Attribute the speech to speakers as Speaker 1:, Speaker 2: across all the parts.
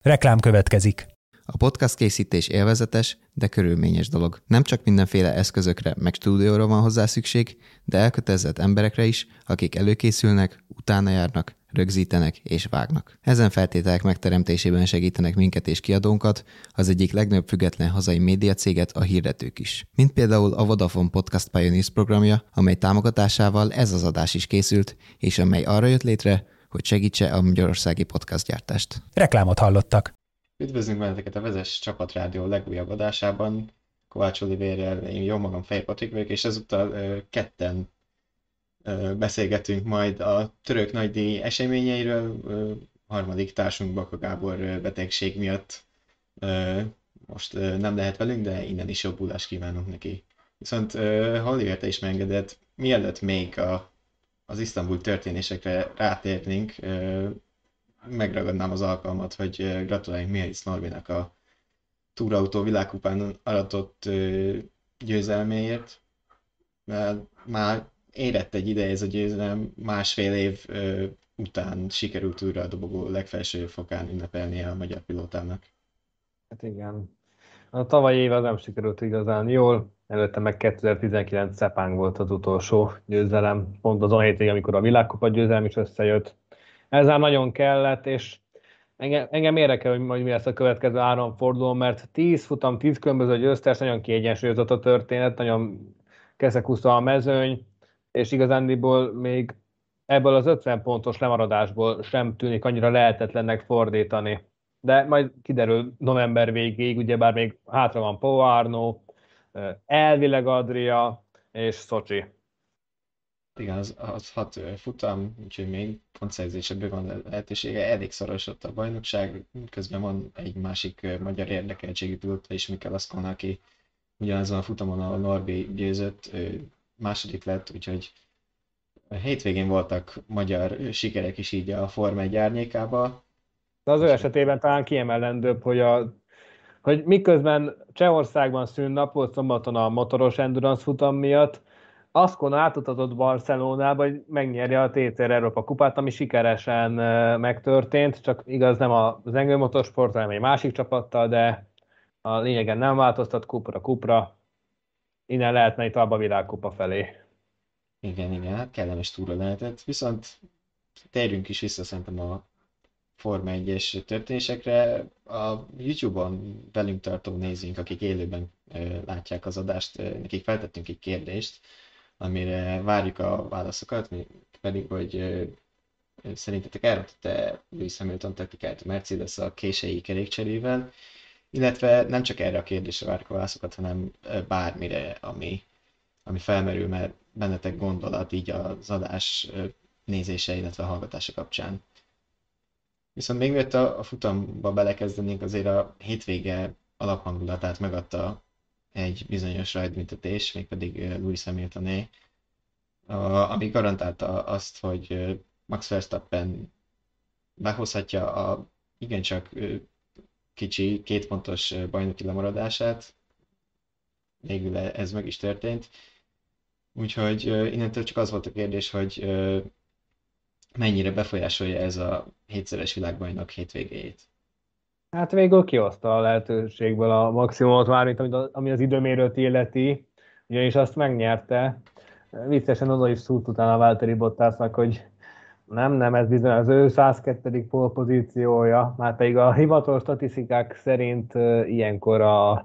Speaker 1: Reklám következik.
Speaker 2: A podcast készítés élvezetes, de körülményes dolog. Nem csak mindenféle eszközökre meg stúdióra van hozzá szükség, de elkötelezett emberekre is, akik előkészülnek, utána járnak, rögzítenek és vágnak. Ezen feltételek megteremtésében segítenek minket és kiadónkat, az egyik legnagyobb független hazai médiacéget, a hirdetők is. Mint például a Vodafone Podcast Pioneers programja, amely támogatásával ez az adás is készült, és amely arra jött létre, hogy segítse a magyarországi podcastgyártást.
Speaker 1: Reklámot hallottak.
Speaker 3: Üdvözlünk benneteket a Vezess Csapatrádió legújabb adásában. Kovács Olivérrel, én jó magam Fejér Patrik vagyok, és ezúttal ketten beszélgetünk majd a török nagydíj eseményeiről. Harmadik társunk Baka Gábor betegség miatt most nem lehet velünk, de innen is jobbulást kívánunk neki. Viszont ha Oliver, te is megengeded, mielőtt még az Isztambul történésekre rátérnénk, megragadnám az alkalmat, hogy gratuláljunk Mihály Norbinak a túrautó világkupán aratott győzelméért. Már érett egy ideje ez a győzelem, másfél év után sikerült újra a dobogó legfelső fokán ünnepelnie a magyar pilótának.
Speaker 4: Hát igen. A tavalyi év az nem sikerült igazán jól, előtte meg 2019 Sepang volt az utolsó győzelem, pont azon hétvégén, amikor a világkupa győzelem is összejött. Ezzel nagyon kellett, és engem érdekel, hogy majd mi lesz a következő 3 forduló, mert 10 futam, 10 különböző győztes, nagyon kiegyensúlyozott a történet, nagyon keszekusza a mezőny, és igazándiból még ebből az 50 pontos lemaradásból sem tűnik annyira lehetetlennek fordítani. De majd kiderül november végéig, ugyebár még hátra van Pau Arnaud, elvileg Adria és Szocsi.
Speaker 3: Igen, az 6 futam, úgyhogy még pontszerzésre van lehetősége, elég szoros ott a bajnokság, közben van egy másik magyar érdekeltségű pilóta is, Mikel Ascona, aki ugyanazon a futamon a Norbi győzött, második lett, úgyhogy a hétvégén voltak magyar sikerek is így a Forma 1 árnyékába.
Speaker 4: De az ő esetében talán kiemelendőbb, hogy miközben Csehországban szünnap volt szombaton a motoros endurance futam miatt, Ascona átutatott Barcelonába, hogy megnyerje a TCR Európa kupát, ami sikeresen megtörtént, csak igaz nem az Engel Motorsport, hanem egy másik csapattal, de a lényegen nem változtat, kupra. Innen lehetne itt a világkupa felé.
Speaker 3: Igen, hát kellemes túra lehetett, viszont térjünk is vissza szerintem a Forma 1-es történésekre. A YouTube-on velünk tartó nézőink, akik élőben látják az adást, nekik feltettünk egy kérdést, amire várjuk a válaszokat, mi pedig, hogy szerintetek elrontotta Lewis Hamilton taktikát a Mercedes a késői kerékcserével, illetve nem csak erre a kérdésre várjuk a válaszokat, hanem bármire, ami felmerül, mert bennetek gondolat így az adás nézése, illetve a hallgatása kapcsán. Viszont még mielőtt a futamba belekezdenénk, azért a hétvége alaphangulatát megadta egy bizonyos rajtbüntetés, mégpedig Lewis Hamiltoné, ami garantálta azt, hogy Max Verstappen behozhatja a igencsak kicsi, 2 pontos bajnoki lemaradását. Végül ez meg is történt. Úgyhogy innentől csak az volt a kérdés, hogy mennyire befolyásolja ez a 7-szeres világbajnok hétvégéjét.
Speaker 4: Hát végül kihozta a lehetőségből a maximumot, mármint ami az időmérőt illeti, ugyanis azt megnyerte. Viccesen oda is szúrt utána a Valtteri Bottasnak, hogy nem, ez bizony az ő 102. pole pozíciója, már pedig a hivatalos statisztikák szerint ilyenkor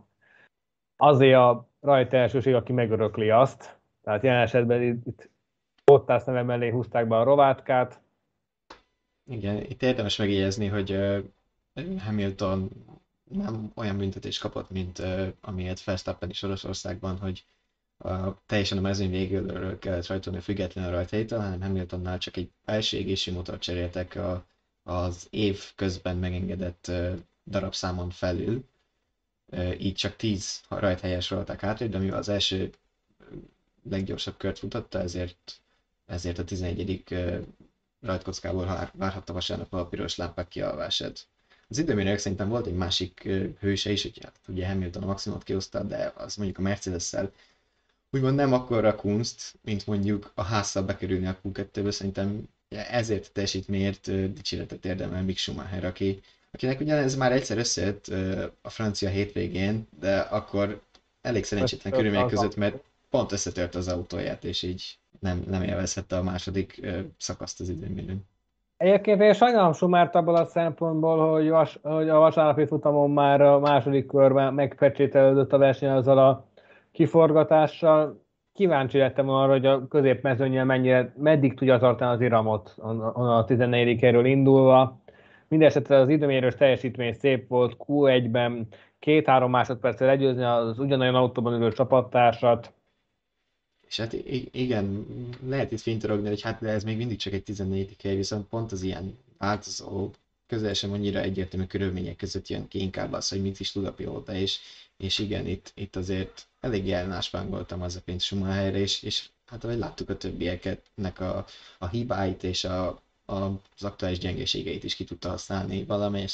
Speaker 4: azért a rajta elsőség, aki megörökli azt. Tehát jelen esetben itt Bottas neve mellé húzták be a rovátkát.
Speaker 3: Igen, itt érdemes megjegyezni, hogy Hamilton nem olyan büntetést kapott, mint amilyet Verstappen is Oroszországban, hogy teljesen a mezőny végülről kellett rajtolni független a rajtjegytől, hanem Hamiltonnál csak egy belső égési motort cseréltek az év közben megengedett darabszámon felül. Így csak 10 rajthelyes rolták hátrébb, de mivel az első leggyorsabb kört futotta, ezért a 11. rajtkockából várhatta vasárnap a piros lámpák kialvását. Az időmérőnek szerintem volt egy másik hőse is, hogy hát, ugye Hamilton a maximumot kihozta, de az mondjuk a Mercedes-szel úgymond nem akkora kunst, mint mondjuk a Haasszal bekerülni a Q2-ből, szerintem ezért a teljesítményért dicséretet érdemel Mick Schumacher, aki akinek ugyanez már egyszer összejött a francia hétvégén, de akkor elég szerencsétlen
Speaker 4: Összetört
Speaker 3: körülmények
Speaker 4: az
Speaker 3: között,
Speaker 4: autó.
Speaker 3: mert pont összetört az autóját, és így nem élvezhette a második szakaszt az időmérőn.
Speaker 4: Egyébként én sajnálom Schumert abból a szempontból, hogy a vasárnapi futamon már a második körben megpecsételődött a verseny azzal a kiforgatással. Kíváncsi lettem arra, hogy a középmezőnyel meddig tudja tartani az iramot a 14. helyről indulva. Mindenesetre az időmérős teljesítmény szép volt, Q1-ben 2-3 másodperccel legyőzni az ugyanolyan autóban ülő csapattársat.
Speaker 3: És hát igen, lehet itt fintorogni, hogy hát de ez még mindig csak egy 14. hely, viszont pont az ilyen változó, közel sem annyira egyértelmű körülmények között jön ki inkább az, hogy mit is tud a pilóta, és igen, itt azért elég elnáspángoltam az a pénzt Schumacherre, és hát ahogy láttuk a többieknek a hibáit és az aktuális gyengeségeit is ki tudta használni valamelyes,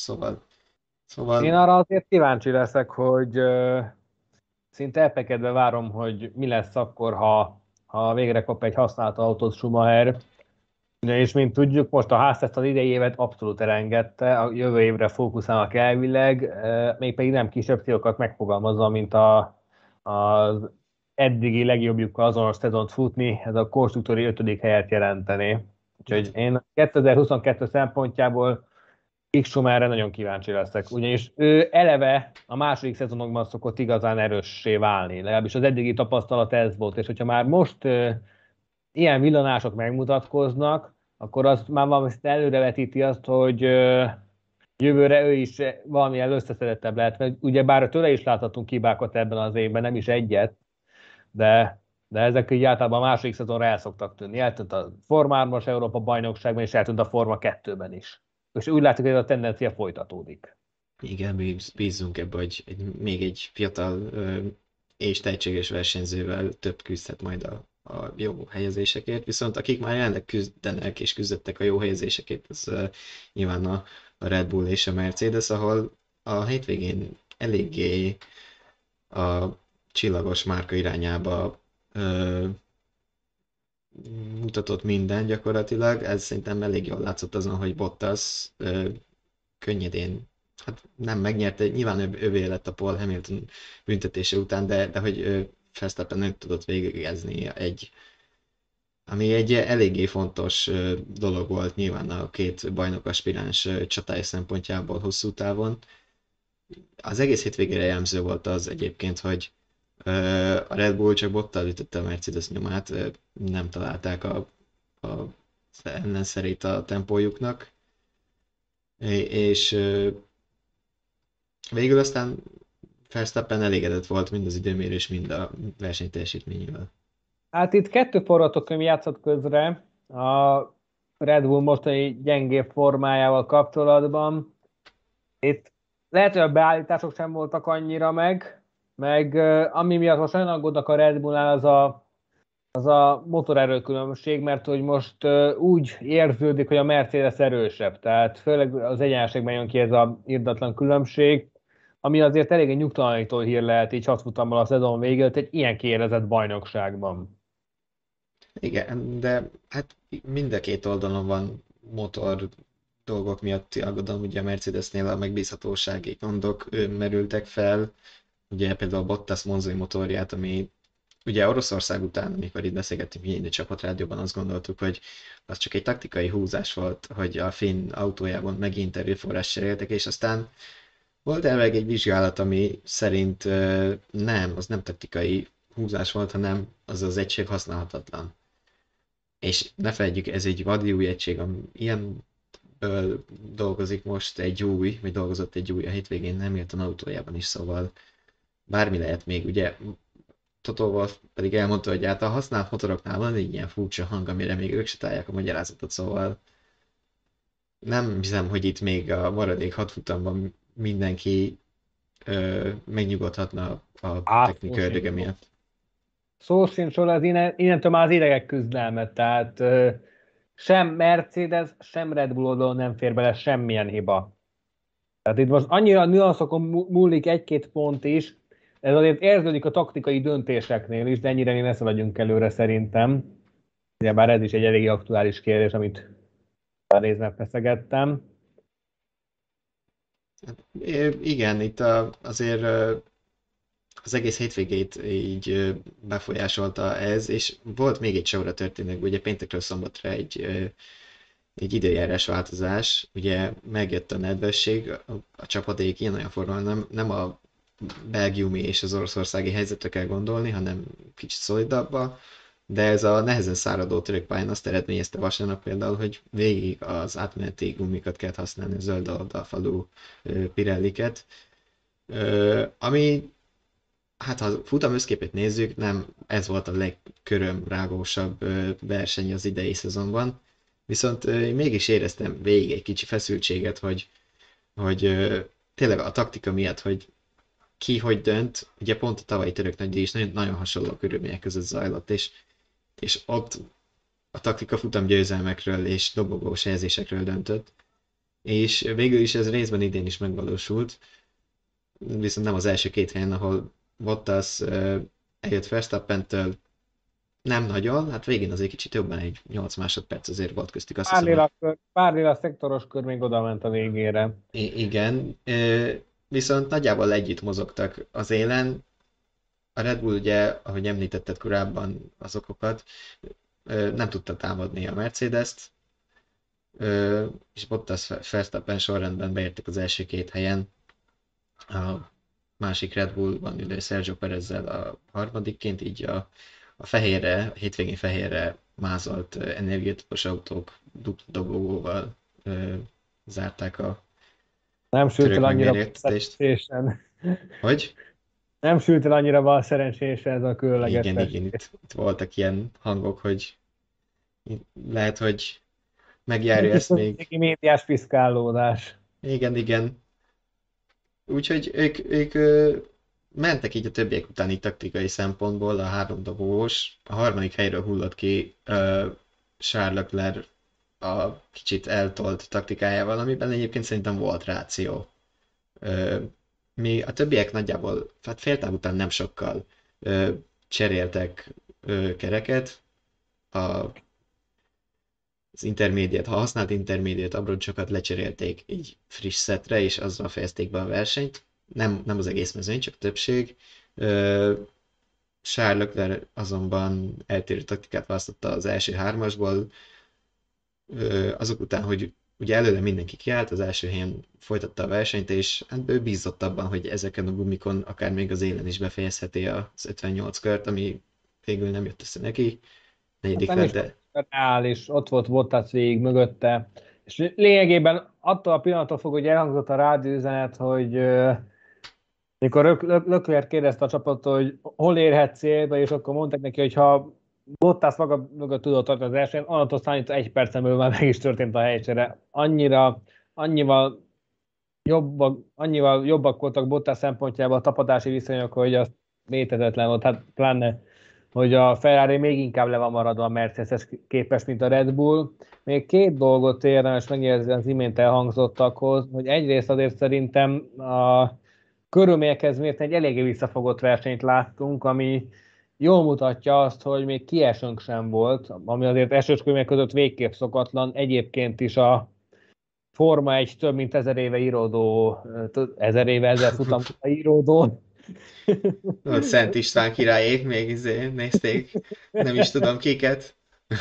Speaker 4: Én
Speaker 3: szóval
Speaker 4: arra azért kíváncsi leszek, hogy szinte elpekedve várom, hogy mi lesz akkor, ha végre kap egy használt autót Schumacher. És mint tudjuk, most a Haas ezt az idei évet abszolút elengedte, a jövő évre fókuszálnak elvileg, mégpedig nem kisebb célokat megfogalmazva, mint az eddigi legjobbjukkal azonos szezont futni, ez a konstruktúri 5. helyet jelenteni. Úgyhogy én 2022 szempontjából X Schumacherre nagyon kíváncsi leszek, ugyanis ő eleve a második szezonokban szokott igazán erőssé válni, legalábbis az eddigi tapasztalat ez volt, és hogyha már most ilyen villanások megmutatkoznak, akkor az már valami előrevetíti azt, hogy jövőre ő is valamilyen összeszedettebb lehet, mert ugye bár tőle is láthatunk hibákat ebben az évben, nem is egyet, de ezek így általában a második szezonra el szoktak tűnni. Eltűnt a Forma 3-as Európa bajnokságban, és eltűnt a Forma 2-ben is. És úgy látszik, hogy ez a tendencia folytatódik.
Speaker 3: igen, mi bízunk ebbe, hogy még egy fiatal és tehetséges versenyzővel több küzdhet majd a jó helyezésekért, viszont akik már jelenleg küzdenek és küzdöttek a jó helyezésekért, az nyilván a Red Bull és a Mercedes, ahol a hétvégén eléggé a csillagos márka irányába ö, mutatott minden gyakorlatilag. Ez szerintem elég jól látszott azon, hogy Bottas könnyedén, hát nem megnyerte, nyilván övé lett a Paul Hamilton büntetése után, de hogy Verstappen nem tudott végezni ami egy eléggé fontos dolog volt nyilván a két bajnokaspiráns csatája szempontjából hosszú távon. Az egész hétvégére jellemző volt az egyébként, hogy a Red Bull csak bottal ütötte a Mercedes nyomát, nem találták a ellenszerét a tempójuknak, és végül aztán Verstappen elégedett volt mind az időmérés, mind a versenyteljesítményével.
Speaker 4: Hát itt kettő forgatókönyv játszott közre a Red Bull mostani gyengébb formájával kapcsolatban. Itt lehet, hogy a beállítások sem voltak annyira meg ami miatt most nagyon aggódnak a Red Bullnál az a motorerő különbség, mert hogy most úgy érződik, hogy a Mercedes erősebb, tehát főleg az egyenlőségben jön ki ez a irdatlan különbség, ami azért elég nyugtalanító hír lehet így 6 futammal a szezon végéig egy ilyen kiélezett bajnokságban.
Speaker 3: Igen, de hát mind a két oldalon van motor dolgok miatti aggodalom, ugye a Mercedesnél a megbízhatósági gondok merültek fel, ugye például a Bottas Monzai motorját, ami ugye Oroszország után, amikor itt beszélgettünk mi a csapatrádióban, azt gondoltuk, hogy az csak egy taktikai húzás volt, hogy a finn autójában megint erőforrás cseréltek, és aztán volt elveg egy vizsgálat, ami szerint nem, az nem taktikai húzás volt, hanem az egység használhatatlan. És ne felejtjük, ez egy vadi új egység, ami ilyen dolgozik most egy új, vagy dolgozott egy új a hétvégén Hamilton autójában is, szóval bármi lehet még. Ugye Toto Wolff pedig elmondta, hogy hát a használt motoroknál van egy ilyen furcsa hang, amire még ők se találják a magyarázatot, szóval nem hiszem, hogy itt még a maradék 6 futamban mindenki megnyugodhatna a technika ördöge miatt.
Speaker 4: Szó sincs róla, az innentől már az idegek küzdelme, tehát sem Mercedes, sem Red Bull oldalon nem fér bele semmilyen hiba. Tehát itt most annyira nüanszokon múlik egy-két pont is, ez azért érződik a taktikai döntéseknél is, de ennyire mi messze vagyunk előre szerintem. Ugye bár ez is egy elég aktuális kérdés, amit pár részben feszegettem.
Speaker 3: Igen, itt azért az egész hétvégét így befolyásolta ez, és volt még egy sorra történik, ugye péntekről szombatra egy időjárás változás, ugye megjött a nedvesség, a csapadék ilyen-olyan formában nem a belgiumi és az oroszországi helyzetre kell gondolni, hanem kicsit szolidabba, de ez a nehezen száradó török pályán azt eredményezte vasárnap például, hogy végig az átmeneti gumikat kellett használni, a zöld oldalfalú Pirelliket, ami hát ha a futam összképét nézzük, nem ez volt a legkörömrágósabb verseny az idei szezonban, viszont én mégis éreztem végig egy kicsi feszültséget, hogy tényleg a taktika miatt, hogy ki hogy dönt, ugye pont a tavalyi török nagydíj is nagyon, nagyon hasonló körülmények között zajlott, és ott a taktika futam győzelmekről és dobogós helyezésekről döntött, és végül is ez részben idén is megvalósult, viszont nem az első két helyen, ahol Bottas eljött Verstappentől, nem nagyon, hát végén azért kicsit jobban, egy 8 másodperc azért volt köztük, azt hiszem, hogy
Speaker 4: Pár lila szektoros kör még oda ment a végére.
Speaker 3: igen, viszont nagyjából együtt mozogtak az élen. A Red Bull ugye, ahogy említetted korábban az okokat, nem tudta támadni a Mercedes-t, és Bottas Verstappen sorrendben beértek az első két helyen. A másik Red Bullban ülő Sergio Perezzel a harmadikként, így a fehérre, a hétvégén fehérre mázolt energiatopos autók dupla dobogóval zárták a
Speaker 4: Nem sült
Speaker 3: török
Speaker 4: el annyira
Speaker 3: megmérettetést.
Speaker 4: szerencsésen.
Speaker 3: Hogy?
Speaker 4: Nem sült el annyira bal szerencsésen ez a különleges
Speaker 3: Igen, igen,
Speaker 4: festés.
Speaker 3: itt voltak ilyen hangok, hogy lehet, hogy megjárja
Speaker 4: Egy kis
Speaker 3: ezt még.
Speaker 4: közösségi médiás piszkálódás.
Speaker 3: Igen, igen. Úgyhogy ők mentek így a többiek utáni taktikai szempontból, a három dobogós. A harmadik helyről hullott ki Charles Leclerc a kicsit eltolt taktikájával, amiben egyébként szerintem volt ráció. Ö, Mi a többiek nagyjából, hát féltáv után nem sokkal cseréltek kereket, a az intermédiát, ha használt intermédiát abroncsokat lecserélték így friss szetre, és azzal fejezték be a versenyt. Nem az egész mezőny, csak többség. Charles Leclerc azonban eltérő taktikát választotta az első hármasból, azok után, hogy ugye előre mindenki kiállt, az első helyen folytatta a versenyt, és hát ő bízott abban, hogy ezeken a gumikon akár még az élen is befejezheti az 58 kört, ami végül nem jött össze neki.
Speaker 4: Hát
Speaker 3: Negyedik
Speaker 4: nem
Speaker 3: lett,
Speaker 4: is
Speaker 3: de
Speaker 4: reális, ott volt Bottas végig mögötte, és lényegében attól a pillanattól fog, hogy elhangzott a rádióüzenet, hogy mikor Leclerc kérdezte a csapattól, hogy hol érhet célba, és akkor mondták neki, hogy ha Bottas maga mögött tudott tartani az elsőn, onnantól számít egy percen belül már meg is történt a helycsere. Annyival annyival jobbak voltak Bottas szempontjában a tapadási viszonyok, hogy az létezetlen volt. Hát pláne, hogy a Ferrari még inkább le van maradva a Mercedes képest, mint a Red Bull. Még két dolgot érdemes megjegyezni az imént elhangzottakhoz, hogy egyrészt azért szerintem a körülményekhez mért egy eléggé visszafogott versenyt láttunk, ami jól mutatja azt, hogy még kiesőnk sem volt, ami azért esős körülmények között végképp szokatlan. Egyébként is a Forma egy több mint 1000 éve íródó, 1000 éve ezzel futam íródó.
Speaker 3: ott Szent István királyék még nézték, nem is tudom kiket.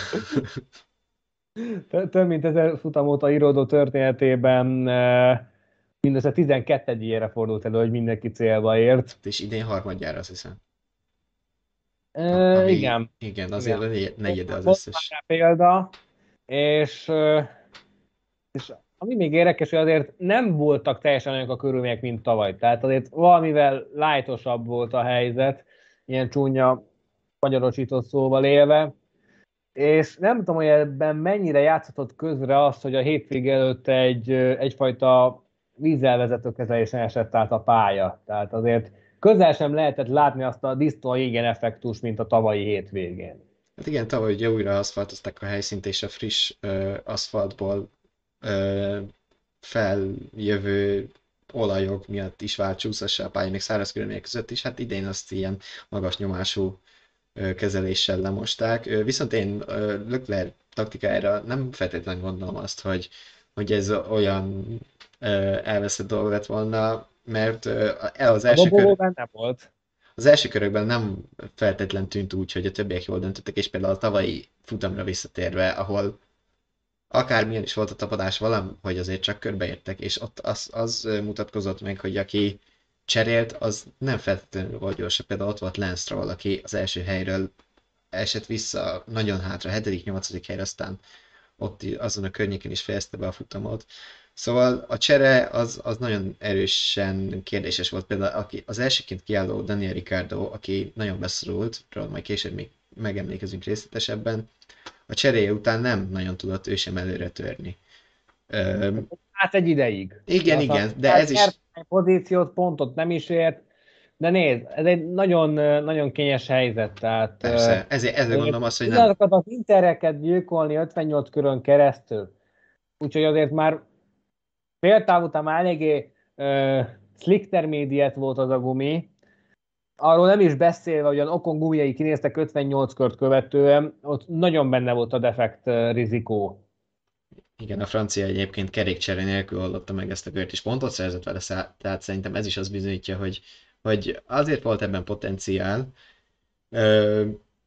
Speaker 4: Több mint 1000 futam óta íródó történetében mindössze 12-ére fordult elő, hogy mindenki célba ért.
Speaker 3: És idén harmadjára azt hiszem. Ami,
Speaker 4: Igen.
Speaker 3: igen, azért
Speaker 4: Igen.
Speaker 3: a negyede az
Speaker 4: Volt már
Speaker 3: összes.
Speaker 4: rá példa, és, és ami még érdekes, hogy azért nem voltak teljesen olyanok a körülmények, mint tavaly. Tehát azért valamivel lájtosabb volt a helyzet, ilyen csúnya magyarosított szóval élve, és nem tudom, hogy ebben mennyire játszhatott közre az, hogy a hétvége előtt egyfajta vízelvezetőkezelésen esett át a pálya. Tehát azért közel sem lehetett látni azt a disztó jégen effektust, mint a tavalyi hétvégén.
Speaker 3: Hát igen, tavaly ugye újra aszfaltozták a helyszínt, és a friss aszfaltból ö, feljövő olajok miatt is vált csúszássá a pálya, még száraz körülmények között is. Hát idén azt ilyen magas nyomású kezeléssel lemosták. Viszont én Leclerc taktikájára nem feltétlenül gondolom azt, hogy ez olyan elveszett dolog lett volna, mert az
Speaker 4: A
Speaker 3: első
Speaker 4: dobogó
Speaker 3: kör,
Speaker 4: benne volt.
Speaker 3: az első körökben nem feltétlen tűnt úgy, hogy a többiek jól döntöttek, és például a tavalyi futamra visszatérve, ahol akármilyen is volt a tapadás, valahogy azért csak körbeértek, és ott az mutatkozott meg, hogy aki cserélt, az nem feltétlenül volt gyorsabb. Például ott volt Lance Stroll, aki az első helyről esett vissza nagyon hátra, 7.-8. helyre, aztán ott azon a környéken is fejezte be a futamot. Szóval a csere az nagyon erősen kérdéses volt. Például az elsőként kiálló Daniel Ricciardo, aki nagyon beszorult, róla majd később még megemlékezünk részletesebben, a cseréje után nem nagyon tudott ő sem előre törni. Ö,
Speaker 4: Hát egy ideig.
Speaker 3: igen,
Speaker 4: Aztán
Speaker 3: igen, de ez is,
Speaker 4: nyert egy pozíciót, pontot nem is ért, de nézd, ez egy nagyon, nagyon kényes helyzet, tehát
Speaker 3: persze, ezért gondolom azt, hogy nem.
Speaker 4: azokat az intereket gyilkolni 58 körön keresztül, úgyhogy azért már féltáv után már eléggé slick intermediate volt az a gumi, arról nem is beszélve, hogy az Ocon gumiai kinéztek 58 kört követően, ott nagyon benne volt a defekt rizikó.
Speaker 3: Igen, a francia egyébként kerékcsere nélkül oldotta meg ezt a kört, és pontot szerzett vele, tehát szerintem ez is azt bizonyítja, hogy azért volt ebben potenciál, ö,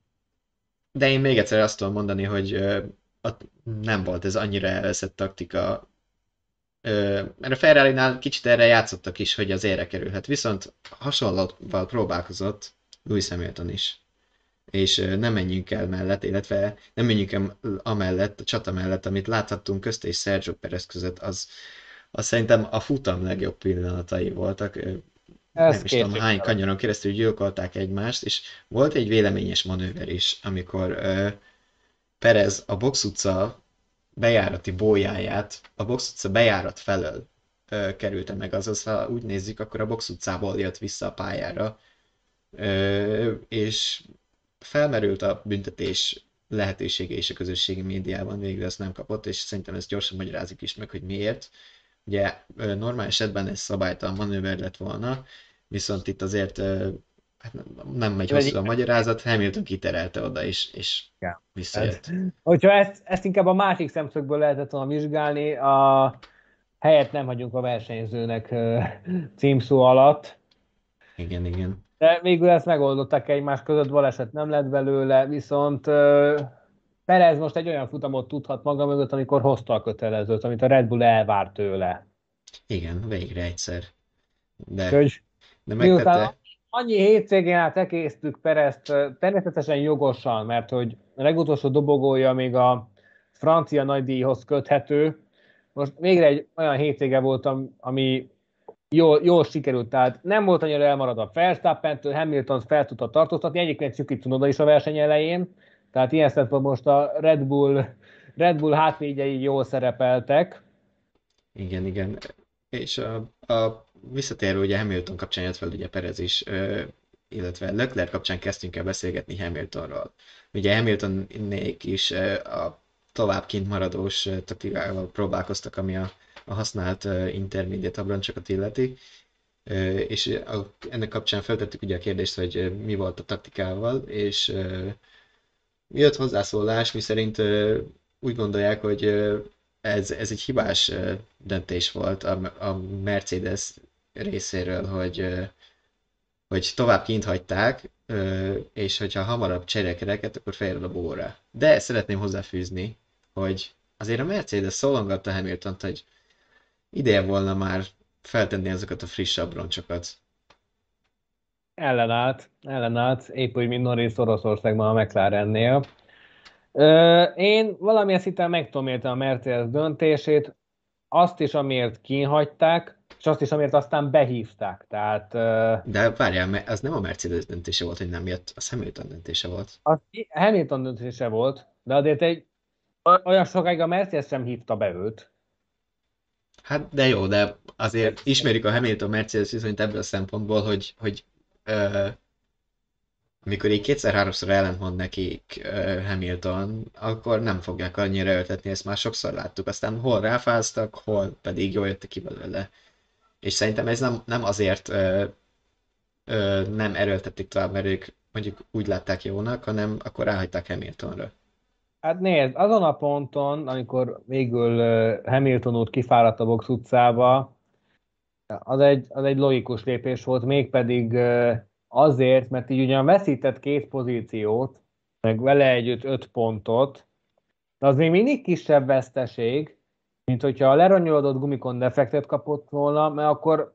Speaker 3: de én még egyszer azt tudom mondani, hogy nem volt ez annyira elveszett taktika, mert a Ferrari-nál kicsit erre játszottak is, hogy az érre kerülhet, viszont hasonlóval próbálkozott Lewis Hamilton is. És nem menjünk el mellett, illetve nem menjünk el amellett, a csata mellett, amit láthattunk közt és Sergio Perez között, az szerintem a futam legjobb pillanatai voltak.
Speaker 4: Ez
Speaker 3: Nem is tudom hány
Speaker 4: kétségtelen.
Speaker 3: kanyaron keresztül gyilkolták egymást, és volt egy véleményes manőver is, amikor Perez a box utca bejárati bójáját a box utca bejárat felől kerülte meg, azaz ha úgy nézzük, akkor a box utcából jött vissza a pályára, és felmerült a büntetés lehetősége is a közösségi médiában, végül ezt nem kapott, és szerintem ezt gyorsan magyarázik is meg, hogy miért. Ugye normál esetben ez szabálytalan manőver lett volna, viszont itt azért hát nem megy
Speaker 4: Ez
Speaker 3: hosszú
Speaker 4: egy
Speaker 3: a magyarázat, Hamilton kiterelte oda is, és
Speaker 4: igen. Hát,
Speaker 3: visszajött.
Speaker 4: hogyha ezt inkább a másik szemszögből lehetett volna vizsgálni, a helyet nem hagyunk a versenyzőnek címszó alatt,
Speaker 3: Igen, igen.
Speaker 4: de végül ezt megoldották egymás között, baleset nem lett belőle, viszont Perez most egy olyan futamot tudhat maga mögött, amikor hozta a kötelezőt, amit a Red Bull elvárt tőle.
Speaker 3: Igen, végre egyszer. De,
Speaker 4: Úgyhogy
Speaker 3: de
Speaker 4: miután
Speaker 3: megtette.
Speaker 4: annyi hétvégén át ekésztük Perezt, természetesen jogosan, mert hogy a legutolsó dobogója még a francia nagydíjhoz köthető. Most végre egy olyan hétvége volt, ami jól sikerült, tehát nem volt annyira elmaradva Verstappentől, Hamilton fel tudta tartóztatni, egyébként Yuki Tsunoda is a verseny elején, tehát ilyen szempontból most a Red Bull hátvédjei jól szerepeltek.
Speaker 3: Igen, igen. És a visszatérő ugye Hamilton kapcsán jött fel ugye Perez is, illetve Leclerc kapcsán kezdtünk el beszélgetni Hamiltonról. Ugye Hamiltonnék is a tovább kint maradós taktikával próbálkoztak, ami a használt intermediate abroncsokat illeti. És ennek kapcsán feltettük ugye a kérdést, hogy mi volt a taktikával, és jött hozzászólás, miszerint úgy gondolják, hogy ez egy hibás döntés volt a Mercedes részéről, hogy tovább kint hagyták, és hogyha hamarabb cserékereket, akkor fejred a bóra. De szeretném hozzáfűzni, hogy azért a Mercedes szólogatta Hamiltont, hogy ideje volna már feltenni azokat a friss abroncsokat.
Speaker 4: Ellenállt, épp úgy, mint Norris Oroszországban a McLarennél. Én valamilyen szinten meg tudom érteni a Mercedes döntését, azt is, amiért kínhagyták, és azt is, amiért aztán behívták. Tehát
Speaker 3: De várjál, az nem a Mercedes döntése volt, hogy nem jött, az Hamilton döntése volt.
Speaker 4: az Hamilton döntése volt, de azért olyan sokáig a Mercedes sem hívta be őt.
Speaker 3: Hát de jó, de azért
Speaker 4: Ezért-
Speaker 3: ismerjük a Hamilton-Mercedes viszonyt ebből a szempontból, hogy ö, amikor így kétszer-háromszor ellentmond nekik Hamilton, akkor nem fogják annyira öltetni, ezt már sokszor láttuk. Aztán hol ráfáztak, hol pedig jól jöttek ki belőle. És szerintem ez nem azért nem erőltették tovább, mert ők mondjuk úgy látták jónak, hanem akkor ráhagyták Hamiltonra.
Speaker 4: Hát nézd, azon a ponton, amikor végül Hamilton úr kifáradt a box utcába, az egy logikus lépés volt, mégpedig azért, mert így ugyan veszített két pozíciót, meg vele együtt 5 pontot, de az még mindig kisebb veszteség, mint hogyha a leronyolódott gumikon defektet kapott volna, mert akkor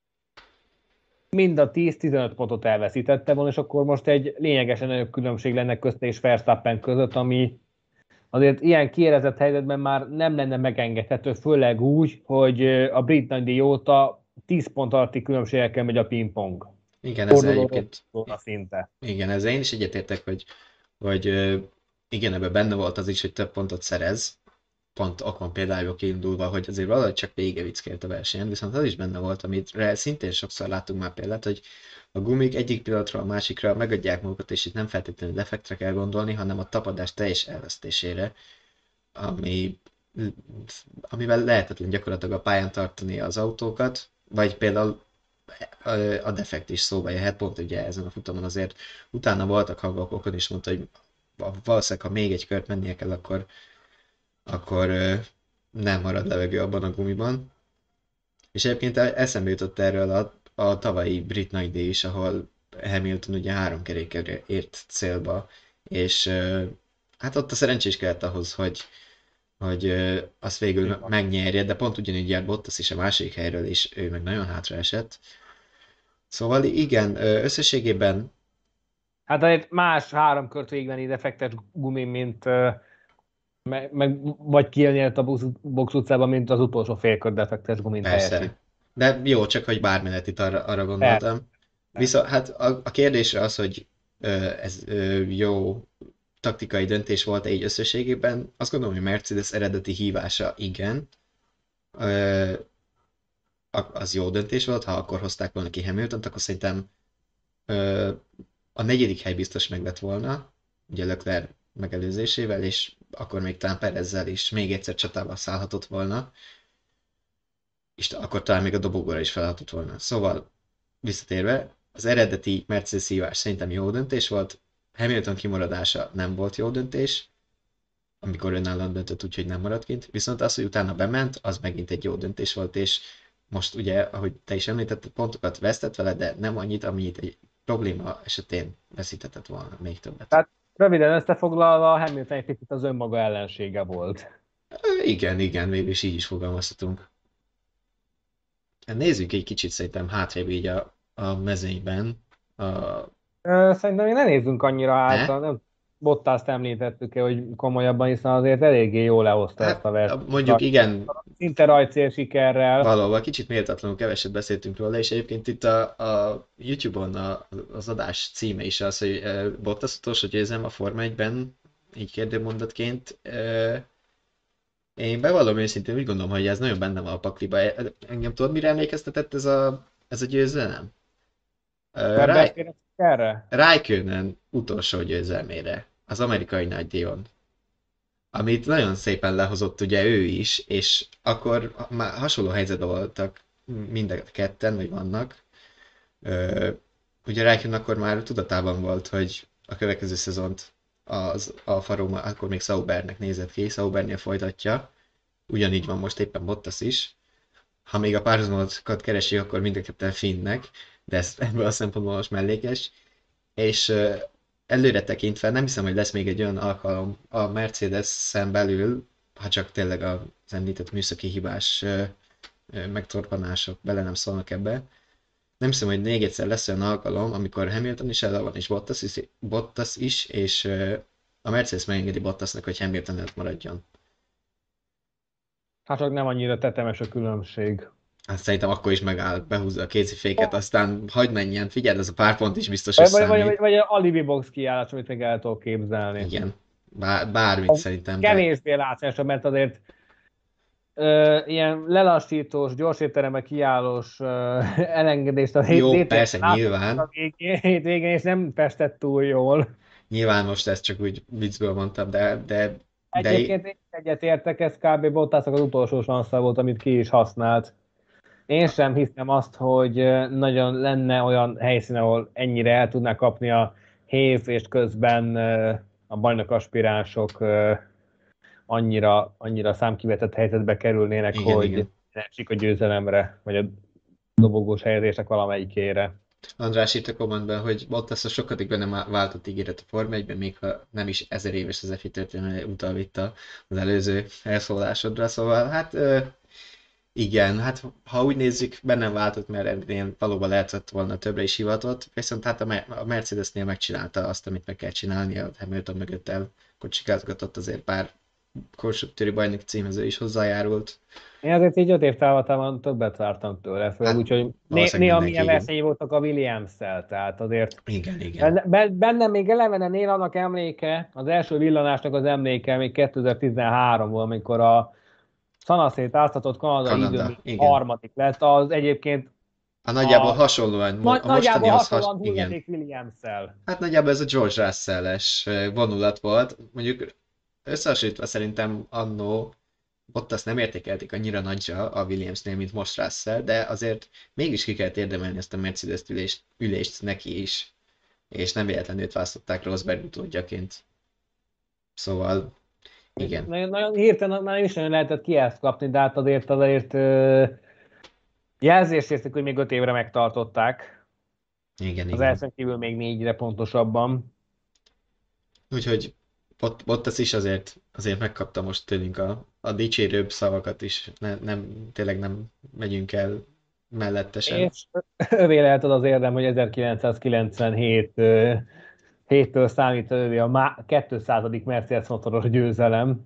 Speaker 4: mind a 10-15 pontot elveszítette volna, és akkor most egy lényegesen nagyobb különbség lenne közte és Verstappen között, ami azért ilyen kiérezett helyzetben már nem lenne megengedhető, főleg úgy, hogy a brit nagydíj óta 10 pont alatti különbségekkel megy a pingpong.
Speaker 3: Igen, ez
Speaker 4: Fordulóról
Speaker 3: egyébként,
Speaker 4: szinte.
Speaker 3: igen, ezzel én is egyetértek, hogy igen, ebben benne volt az is, hogy több pontot szerez, pont okon például kiindulva, hogy azért valahogy csak vége vickélt a versenyen, viszont az is benne volt, amire szintén sokszor láttunk már példát, hogy a gumik egyik pillanatról a másikra megadják magukat, és itt nem feltétlenül defektre kell gondolni, hanem a tapadás teljes elvesztésére, ami, amivel lehetetlen gyakorlatilag a pályán tartani az autókat, vagy például a defekt is szóba jöhet, pont ugye ezen a futamon azért utána voltak hangok, Okon is mondta, hogy valószínűleg, ha még egy kört mennie kell, akkor nem marad levegő abban a gumiban. És egyébként eszembe jutott erről a tavalyi brit nagydíj is, ahol Hamilton ugye 3 kerékkel ért célba, és hát ott a szerencsés kellett ahhoz, hogy azt végül megnyerje, de pont ugyanígy járt Bottas is a másik helyről, és ő meg nagyon hátra esett. Szóval igen, összességében
Speaker 4: Hát egy más 3 kört végigvenni defektes gumin, mint meg vagy kijönni a box utcában, mint az utolsó félkör defektes gumint helyesít.
Speaker 3: persze. De jó, csak hogy bármilyen itt arra
Speaker 4: Persze.
Speaker 3: gondoltam. Viszont hát a kérdésre az, hogy ez jó taktikai döntés volt-e így összességében, azt gondolom, hogy Mercedes eredeti hívása igen, ö, az jó döntés volt, ha akkor hozták volna ki Hamiltont, akkor szerintem ö, a 4. hely biztos meg lett volna, ugye Leclerc megelőzésével, és akkor még talán Perezzel is még egyszer csatába szállhatott volna, és akkor talán még a dobogóra is felállhatott volna. Szóval visszatérve, az eredeti Mercedes hívás szerintem jó döntés volt, Hamilton kimaradása nem volt jó döntés, amikor önállóan döntött, úgyhogy nem maradt kint, viszont az, hogy utána bement, az megint egy jó döntés volt, és most ugye, ahogy te is említetted, pontokat vesztett vele, de nem annyit, amennyit egy probléma esetén veszíthetett volna még többet.
Speaker 4: Tehát röviden összefoglalva, Hamilton egy picit az önmaga ellensége volt.
Speaker 3: Igen, végül is így is fogalmazhatunk. Nézzük egy kicsit szerintem hátrébb így a mezőnyben. A...
Speaker 4: Szerintem még ne nézzünk annyira hátra, nem Bottaszt említettük-e, hogy komolyabban, hiszen azért eléggé jól lehozta ezt a versenyt.
Speaker 3: Mondjuk igen,
Speaker 4: Szinte rajtcél sikerrel.
Speaker 3: valóban kicsit méltatlanul keveset beszéltünk róla, és egyébként itt a YouTube-on az adás címe is az, hogy Bottas utolsó győzelem a Forma 1-ben, így kérdőmondatként. Én bevallom őszintén úgy gondolom, hogy ez nagyon benne van a pakliba. Engem tudod, mire emlékeztetett ez a győzelem?
Speaker 4: Beszélünk erre?
Speaker 3: Raikkonen utolsó győzelmére, az amerikai nagydíjon, amit nagyon szépen lehozott ugye ő is, és akkor már hasonló helyzetben voltak mind a ketten, vagy vannak. Ugye Raikkonen akkor már tudatában volt, hogy a következő szezont az Alfa Romeo akkor még Saubernek nézett ki, Saubernél folytatja, ugyanígy van most éppen Bottas is. Ha még a párhuzamokat keresi, akkor mind a ketten finnek, de ez ebből a szempontból most mellékes. És előre tekintve nem hiszem, hogy lesz még egy olyan alkalom a Mercedes-en belül, ha csak tényleg az említett műszaki hibás megtorpanások bele nem szólnak ebbe. Nem hiszem, hogy még egyszer lesz olyan alkalom, amikor Hamilton is el van, és Bottas is, és a Mercedes megengedi Bottasnak, hogy Hamilton előtt maradjon.
Speaker 4: Hát csak nem annyira tetemes a különbség.
Speaker 3: Hát szerintem akkor is megáll, behúzza a kéziféket, aztán hagyd menjen, figyeld, ez a pár pont is biztos, hogy számít.
Speaker 4: Vagy a alibi box kiállás, amit meg el tudok képzelni.
Speaker 3: Igen, bármit szerintem.
Speaker 4: Kevésbé látszása, mert azért ilyen lelassítós, gyors étterembe kiállós elengedést a
Speaker 3: Jó, persze, nyilván.
Speaker 4: A végén, és nem festett túl jól.
Speaker 3: Nyilván most ezt csak úgy viccből mondtam, de
Speaker 4: Egyébként én egyetértek, ez kb. Bottasnak az utolsó sansza volt, amit ki is használt. Én sem hiszem azt, hogy nagyon lenne olyan helyszín, ahol ennyire el tudná kapni a hév, és közben a bajnok aspiránsok annyira számkivetett helyzetbe kerülnének,
Speaker 2: Igen,
Speaker 4: hogy
Speaker 2: igen.
Speaker 4: ne esik a győzelemre, vagy a dobogós helyezések valamelyikére.
Speaker 2: András írt a kommentben, hogy Bottas a sokadik benne váltott ígéret a Forma 1-ben, még ha nem is 1000 éves az F1 történelme, utal itt az előző elszólásodra, szóval hát igen, hát ha úgy nézzük, bennem váltott, mert ennél valóban lehetett volna többre is hivatott, viszont hát a Mercedesnél megcsinálta azt, amit meg kell csinálni, a Hamilton mögött elkocsikázgatott, azért pár konstruktőri bajnoki címhez ő is hozzájárult.
Speaker 4: Én azért így 5 év távlatában többet vártam tőle, főleg
Speaker 2: Hát
Speaker 4: úgyhogy
Speaker 2: valószínűleg
Speaker 4: néha
Speaker 2: mindenki,
Speaker 4: milyen
Speaker 2: igen.
Speaker 4: versenyei voltak a Williams-szel, tehát azért
Speaker 2: Igen, igen.
Speaker 4: bennem még elevene Nél annak emléke, az első villanásnak az emléke még 2013 volt, amikor a szanaszét áztatott kanadai
Speaker 2: Kanada,
Speaker 4: időmérő
Speaker 2: igen.
Speaker 4: harmadik lett, az egyébként
Speaker 2: Nagyjából hasonlóan, a
Speaker 4: nagyjából
Speaker 2: mostanihoz
Speaker 4: hasonlóan
Speaker 2: igen.
Speaker 4: hulladék Williams-szel.
Speaker 2: Hát nagyjából ez a George Russell-es vonulat volt. Mondjuk összehasonlítva szerintem annó Bottas nem értékelték annyira nagyra a Williamsnél, mint most Russell, de azért mégis ki kellett érdemelni ezt a Mercedes ülést neki is. És nem véletlenül őt választották Rosberg utódjaként. Szóval, igen.
Speaker 4: Nagyon hirtelen már nem is nagyon lehetett ki ezt kapni, de hát azért jelzést értek, hogy még 5 évre megtartották.
Speaker 2: Igen,
Speaker 4: Az
Speaker 2: igen.
Speaker 4: elsőn kívül még 4-re pontosabban.
Speaker 2: Úgyhogy Bottas is azért megkapta most tőlünk a dicsérőbb szavakat is. Tényleg nem megyünk el mellettesen.
Speaker 4: És ővé lehet az érdem, hogy 1997 héttől számít ővé a 200. Mercedes motoros győzelem.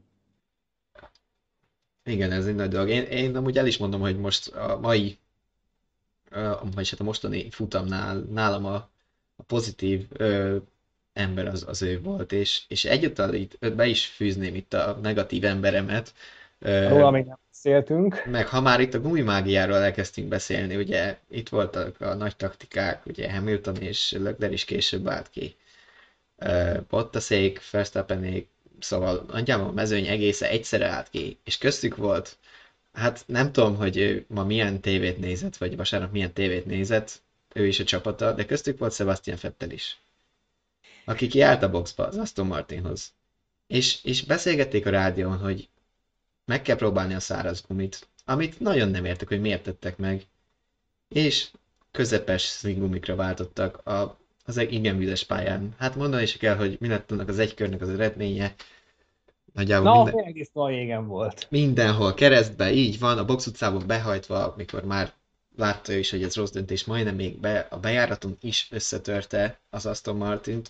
Speaker 2: Igen, ez egy nagy dolog. Én amúgy el is mondom, hogy most a mai, vagyis hát a mostani futamnál nálam a pozitív ember az ő volt, és egyúttal itt be is fűzném itt a negatív emberemet,
Speaker 4: Róla még nem beszéltünk.
Speaker 2: meg ha már itt a gumimágiáról elkezdtünk beszélni, ugye itt voltak a nagy taktikák, ugye Hamilton és Leclerc is később állt ki. Bottasék, Verstappenék, szóval nagyjából a mezőny egészen egyszerre állt ki, és köztük volt, hát nem tudom, hogy ő ma milyen tévét nézett, vagy vasárnap milyen tévét nézett, ő is a csapata, de köztük volt Sebastian Vettel is, aki kiállt a boxba az Aston Martinhoz. És beszélgették a rádión, hogy meg kell próbálni a száraz gumit, amit nagyon nem értek, hogy miért tettek meg, és közepes szingumikra váltottak az igen vizes pályán. Hát mondani is kell, hogy mi lett annak az egy körnek az eredménye. Nagyjából
Speaker 4: Na, egész égen volt.
Speaker 2: mindenhol keresztbe, így van, a box utcában behajtva, mikor már látta ő is, hogy ez rossz döntés, majdnem még a bejáraton is összetörte az Aston Martint.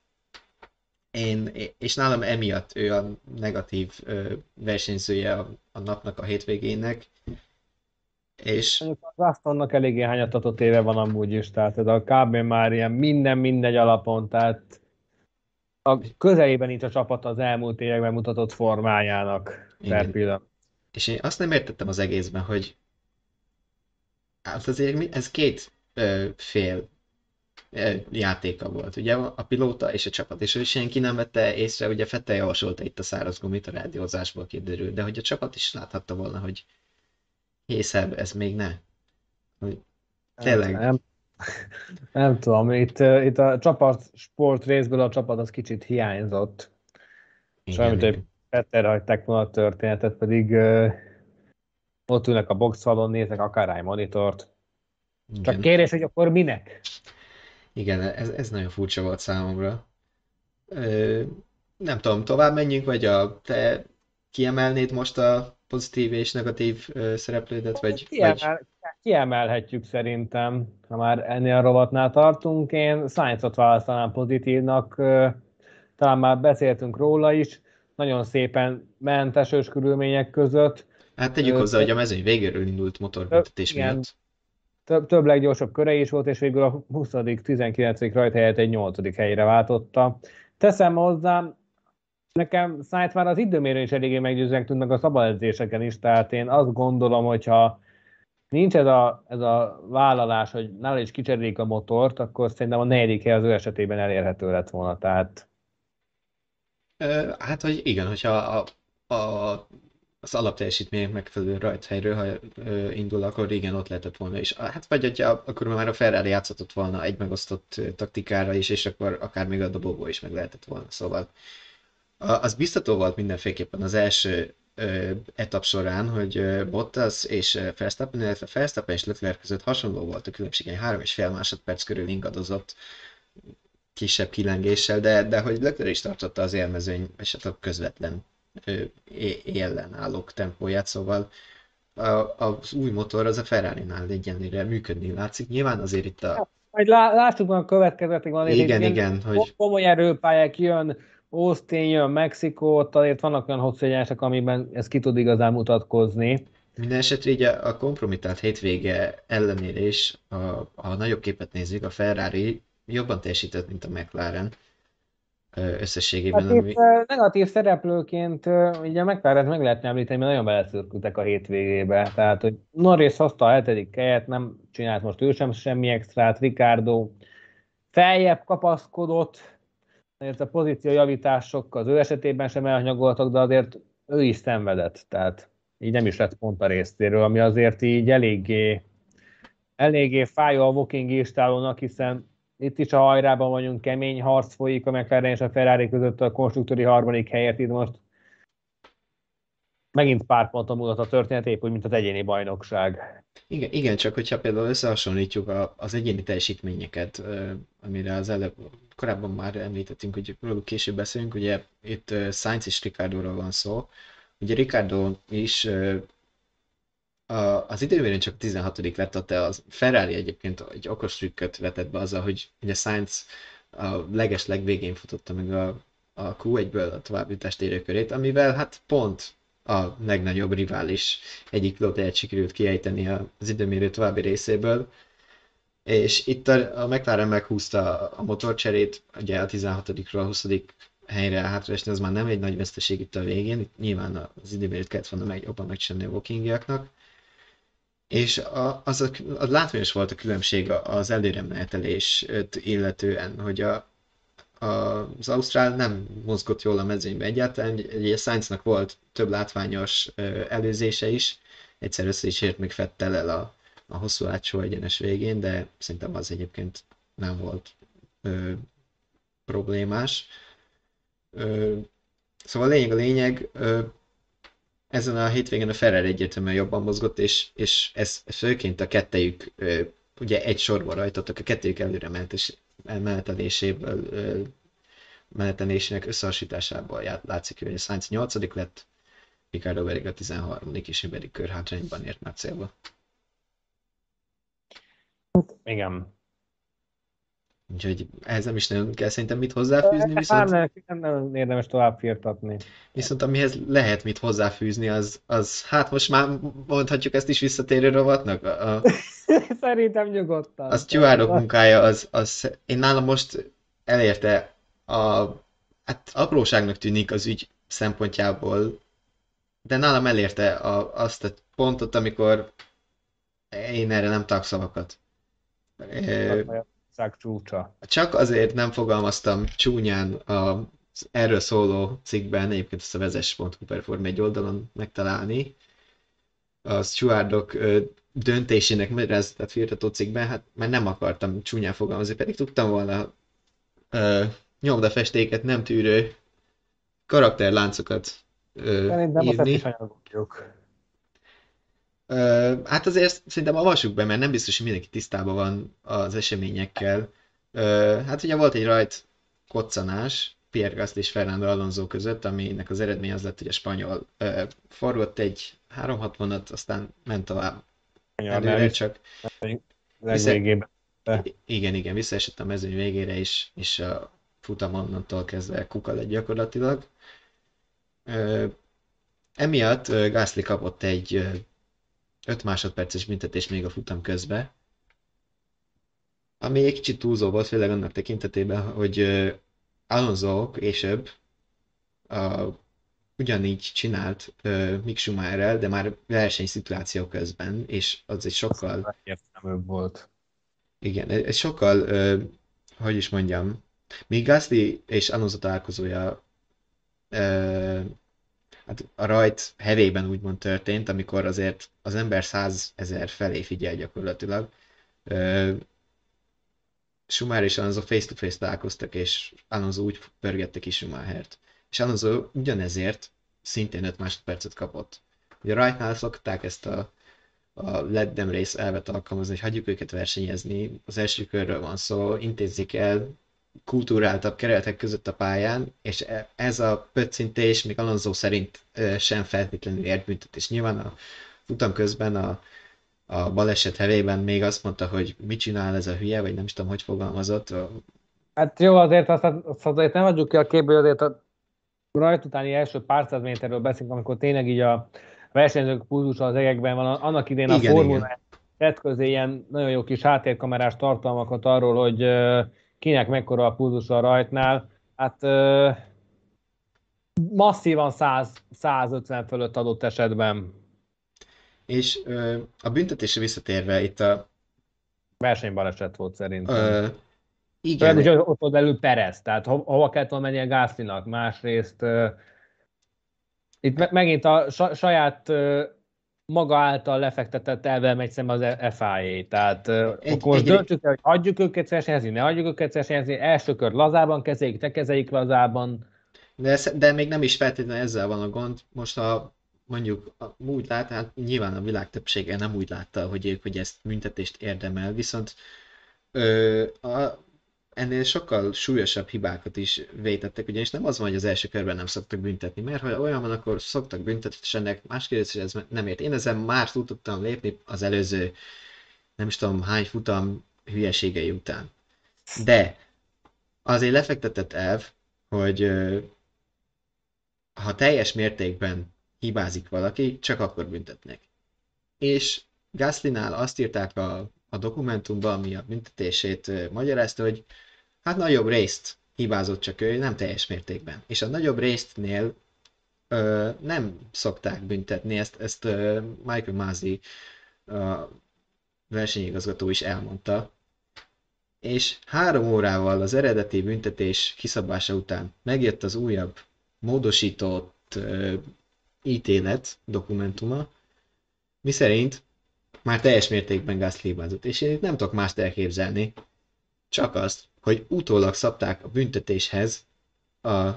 Speaker 2: És nálam emiatt ő a negatív versenyzője a napnak, a hétvégének. És
Speaker 4: Az Astonnak eléggé hányattatott éve van amúgy is, tehát ez a kb. Már ilyen minden mindegy alapon, tehát a közelében nincs a csapat az elmúlt években mutatott formájának per
Speaker 2: igen.
Speaker 4: pillanat.
Speaker 2: És én azt nem értettem az egészben, hogy hát azért ez két fél játéka volt, ugye a pilóta és a csapat, és senki nem vette észre, ugye Vettel javasolta itt a száraz gumit, a rádiózásból kiderül, de hogy a csapat is láthatta volna, hogy hészebb, ez még ne. Hogy tényleg.
Speaker 4: Nem tudom, itt a csapat sport részből a csapat az kicsit hiányzott. Sajnos, hogy Petter hagyták volna a történetet, pedig ott ülnek a boxfalon, néznek akár egy monitort.
Speaker 2: Igen.
Speaker 4: Csak kérdés, hogy akkor minek?
Speaker 2: Igen, ez nagyon furcsa volt számomra. Nem tudom, tovább menjünk, vagy te kiemelnéd most a pozitív és negatív szereplődet, vagy...
Speaker 4: Kiemelhetjük szerintem, ha már ennél a rovatnál tartunk. Én Sainzot választanám pozitívnak, talán már beszéltünk róla is, nagyon szépen ment esős körülmények között.
Speaker 2: Hát tegyük hozzá, hogy a mezőny végéről indult motorbüntetés miatt.
Speaker 4: Több leggyorsabb köre is volt, és végül a 20. 19. rajt helyett egy 8. helyre váltotta. Teszem hozzá, nekem Sainz már az időmérőn is eléggé meggyőzően tűnt, meg a szabad edzéseken is, tehát én azt gondolom, hogyha nincs ez a vállalás, hogy nála is kicserélik a motort, akkor szerintem a 4. hely az ő esetében elérhető lett volna, tehát...
Speaker 2: Hát, hogy igen, hogyha a
Speaker 3: az alapteljesítmények megfelelő rajthelyről, ha indul, akkor régen ott lehetett volna is. Hát vagy hogyha akkor már a Ferrari játszhatott volna egy megosztott taktikára is, és akkor akár még a dobóból is meg lehetett volna. Szóval az biztató volt mindenféleképpen az első etap során, hogy Bottas és Verstappen, illetve Verstappen és Leclerc között hasonló volt a különbség, egy 3,5 másodperc körül ingadozott kisebb kilengéssel, de hogy Leclerc is tartotta az élmezőny, és hát a közvetlen élen állók tempóját, szóval az új motor az a Ferrari-nál egyenlőre működni látszik. Nyilván azért itt a...
Speaker 4: Majd lássuk van a következetek van, és itt
Speaker 3: Igen,
Speaker 4: ilyen
Speaker 3: igen, hogy
Speaker 4: komoly erőpályák jön, Austin jön, Mexikó, ott azért vannak olyan hosszú egyenesek, amiben ez ki tud igazán mutatkozni.
Speaker 3: minden esetre így a kompromittált hétvége ellenére is, ha a nagyobb képet nézzük, a Ferrari jobban teljesített, mint a McLaren összességében,
Speaker 4: Hát itt
Speaker 3: ami...
Speaker 4: negatív szereplőként ugye McLaren meg lehetne említeni, mert nagyon beleszürkültek a hétvégébe. Tehát, hogy Norris hozta a hetedik helyet, nem csinált most ő sem semmi extrát, Ricardo feljebb kapaszkodott, azért a pozíciójavítások az ő esetében sem elhanyagoltak, de azért ő is szenvedett, tehát így nem is lett pont a részéről, ami azért így eléggé fájó a Woking istálónak, hiszen itt is a hajrában vagyunk, kemény harc folyik a McLaren és a Ferrari között a konstruktúri harmadik helyért, itt most megint pár ponton mutat a történet, épp úgy, mint az egyéni bajnokság.
Speaker 3: Igen, igen, csak hogyha például összehasonlítjuk az egyéni teljesítményeket, amire az előbb, korábban már említettünk, hogy róluk később beszélünk, ugye itt Sainz és Ricciardóról van szó. Ugye Ricciardo is az időmérőn csak 16. lett, de a Ferrari egyébként egy okos trükköt vetett be azzal, hogy ugye Sainz a legvégén futotta meg a Q1-ből a továbbjutást érő körét, amivel hát pont a legnagyobb rivális egyik pilótáját sikerült kiejteni az időmérő további részéből, és itt a McLaren meghúzta a motorcserét, ugye a 16-ról a 20. helyre hátraesni, az már nem egy nagy veszteség itt a végén, itt nyilván az időmérőt kellett volna jobban megcsinálni a Wokingiaknak, és az látványos volt a különbség az előremenetelést illetően, hogy az Ausztrál nem mozgott jól a mezőnybe egyáltalán, ugye Sainznak volt több látványos előzése is, egyszer össze is ért még Vettel a hosszú hátsó egyenes végén, de szerintem az egyébként nem volt problémás. Ö, szóval a lényeg, ezen a hétvégén a Ferrari egyértelműen jobban mozgott, és ez főként a kettejük, ugye egy sorban rajtottak, a kettejük előre menetelésének összehasonlításából látszik, hogy a Sainz 8. lett, Ricciardo pedig a 13. és ő pedig körhátrányban ért már célba.
Speaker 4: Igen.
Speaker 3: Úgyhogy ehhez nem is nagyon kell szerintem mit hozzáfűzni,
Speaker 4: Nem érdemes tovább firtatni.
Speaker 3: viszont amihez lehet mit hozzáfűzni, hát most már mondhatjuk ezt is visszatérő rovatnak,
Speaker 4: Szerintem nyugodtan.
Speaker 3: a stewardok munkája én nálam most elérte hát apróságnak tűnik az ügy szempontjából, de nálam elérte azt a pontot, amikor én erre nem tudok szavakat.
Speaker 4: Csúcsa.
Speaker 3: Csak azért nem fogalmaztam csúnyán erről szóló cikkben, egyébként ezt a vezes.hu per Forma 1 oldalon megtalálni, a stewardok döntésének magyarázatot firtató cikkben, hát már nem akartam csúnyán fogalmazni, pedig tudtam volna nyomdafestéket nem tűrő karakterláncokat
Speaker 4: Szerintem azt
Speaker 3: írni.
Speaker 4: is anyagoljuk.
Speaker 3: Hát azért szerintem avassuk be, mert nem biztos, hogy mindenki tisztában van az eseményekkel. Hát ugye volt egy rajt koccanás Pierre Gasly és Fernando Alonso között, aminek az eredmény az lett, hogy a spanyol forgott egy 360-at, aztán ment tovább előre, csak
Speaker 4: Legvégében.
Speaker 3: igen, visszaesett a mezőny végére is, és a futam onnantól kezdve kuka lett gyakorlatilag. Emiatt Gasly kapott egy 5 másodperces büntetés még a futam közben, ami egy kicsit túlzó volt, főleg annak tekintetében, hogy Alonso később ugyanígy csinált Mick Schumacherrel, de már versenyszituáció közben, és az egy sokkal...
Speaker 4: Egyértelműbb volt.
Speaker 3: Igen, ez sokkal, hogy is mondjam, míg Gasly és Alonso találkozója hát a rajt hevében úgymond történt, amikor azért az ember 100 000 felé figyel gyakorlatilag. Ö, Schumacher és Alonso face-to-face találkoztak, és Alonso úgy pörgette ki Schumachert. És Alonso ugyanezért szintén 5 másodpercet kapott. Ugye a Wrightnál szokták ezt a let them race elvet alkalmazni, hogy hagyjuk őket versenyezni, az első körről van szó, intézzék el kulturáltabb keretek között a pályán, és ez a pöccintés még Alonso szerint sem feltétlenül ért büntetés. Nyilván a futam közben a baleset hevében még azt mondta, hogy mit csinál ez a hülye, vagy nem is tudom, hogy fogalmazott.
Speaker 4: Hát jó, azt azért nem adjuk ki a képből, hogy azért a rajt utáni első pár száz méterről beszélünk, amikor tényleg így a versenyzők pulzusa az egekben van. Annak idén a
Speaker 3: Igen,
Speaker 4: Formula
Speaker 3: igen.
Speaker 4: tett közé ilyen nagyon jó kis háttérkamerás tartalmakat arról, hogy kinek mekkora a pulzusa a rajtnál. Hát masszívan 100-150 fölött adott esetben.
Speaker 3: És a büntetésre visszatérve itt a...
Speaker 4: Versenybaleset volt szerintem.
Speaker 3: Ö,
Speaker 4: Főleg úgy,
Speaker 3: igen,
Speaker 4: hogy ott volt belül Perez, tehát hova kellett volna menni a Gaslynak. Másrészt itt megint a saját maga által lefektetett elvel megy szembe az FIA. Tehát akkor most
Speaker 3: egy,
Speaker 4: döntsük el, hogy hagyjuk őket versenyezni, ne hagyjuk őket versenyezni, első kör lazában kezeljük, ne kezeljük lazában.
Speaker 3: de még nem is feltétlenül ezzel van a gond. Most ha mondjuk úgy lát, hát nyilván a világ többsége nem úgy látta, hogy ezt büntetést érdemel, viszont ö, a, ennél sokkal súlyosabb hibákat is vétettek, ugyanis nem az van, hogy az első körben nem szoktak büntetni, mert ha olyan van, akkor szoktak büntetni, és ennek más kérdés, hogy ez nem ért. Én ezen már túl tudtam lépni az előző, nem is tudom hány futam hülyeségei után. De azért lefektetett elv, hogy ha teljes mértékben hibázik valaki, csak akkor büntetnek. És Gaslynál azt írták a dokumentumban, ami a büntetését magyarázta, hogy hát nagyobb részt hibázott csak ő, nem teljes mértékben. És a nagyobb résztnél nem szokták büntetni, ezt Michael Masi, a versenyigazgató is elmondta, és 3 órával az eredeti büntetés kiszabása után megjött az újabb, módosított ítélet dokumentuma, miszerint már teljes mértékben Gasly hibázott. És én itt nem tudok mást elképzelni, csak azt, hogy utólag szabták a büntetéshez a